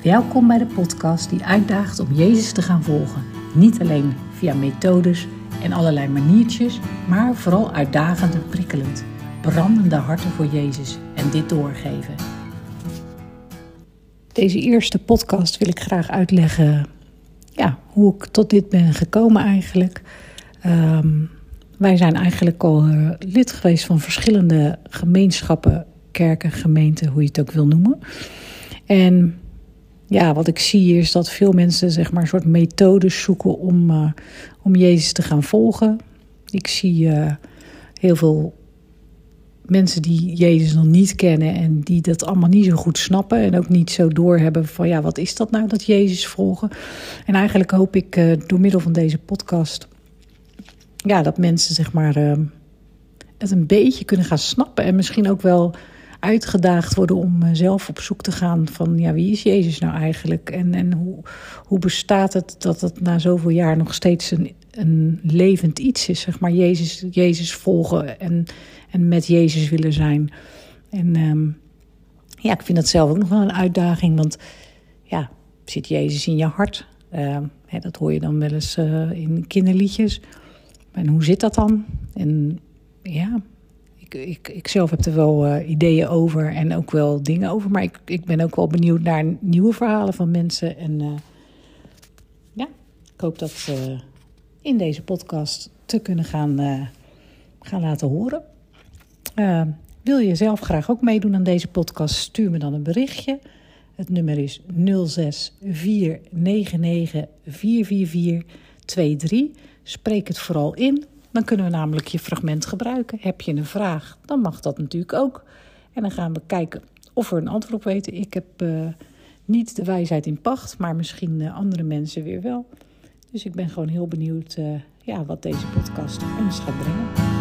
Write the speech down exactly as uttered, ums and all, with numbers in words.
Welkom bij de podcast die uitdaagt om Jezus te gaan volgen. Niet alleen via methodes en allerlei maniertjes, maar vooral uitdagend en prikkelend. Brandende harten voor Jezus en dit doorgeven. Deze eerste podcast wil ik graag uitleggen ja, hoe ik tot dit ben gekomen eigenlijk. Um, wij zijn eigenlijk al uh, lid geweest van verschillende gemeenschappen, kerken, gemeenten, hoe je het ook wil noemen. En ja, wat ik zie is dat veel mensen zeg maar een soort methodes zoeken om, uh, om Jezus te gaan volgen. Ik zie uh, heel veel mensen die Jezus nog niet kennen en die dat allemaal niet zo goed snappen en ook niet zo doorhebben van ja, wat is dat nou, dat Jezus volgen? En eigenlijk hoop ik uh, door middel van deze podcast ja, dat mensen zeg maar uh, het een beetje kunnen gaan snappen en misschien ook wel uitgedaagd worden om uh, zelf op zoek te gaan van ja, wie is Jezus nou eigenlijk? En, en hoe, hoe bestaat het dat het na zoveel jaar nog steeds een, een levend iets is, zeg maar, Jezus, Jezus volgen en, en met Jezus willen zijn. En um, ja, ik vind dat zelf ook nog wel een uitdaging, want ja, zit Jezus in je hart? Uh, hè, dat hoor je dan wel eens uh, in kinderliedjes. En hoe zit dat dan? En ja, ik, ik, ik zelf heb er wel uh, ideeën over en ook wel dingen over. Maar ik, ik ben ook wel benieuwd naar nieuwe verhalen van mensen. En uh, ja, ik hoop dat uh, in deze podcast te kunnen gaan, uh, gaan laten horen. Uh, wil je zelf graag ook meedoen aan deze podcast? Stuur me dan een berichtje. Het nummer is nul zes vier negen negen vier vier vier twee drie. Spreek het vooral in. Dan kunnen we namelijk je fragment gebruiken. Heb je een vraag, dan mag dat natuurlijk ook. En dan gaan we kijken of we een antwoord op weten. Ik heb uh, niet de wijsheid in pacht, maar misschien uh, andere mensen weer wel. Dus ik ben gewoon heel benieuwd uh, ja, wat deze podcast ons gaat brengen.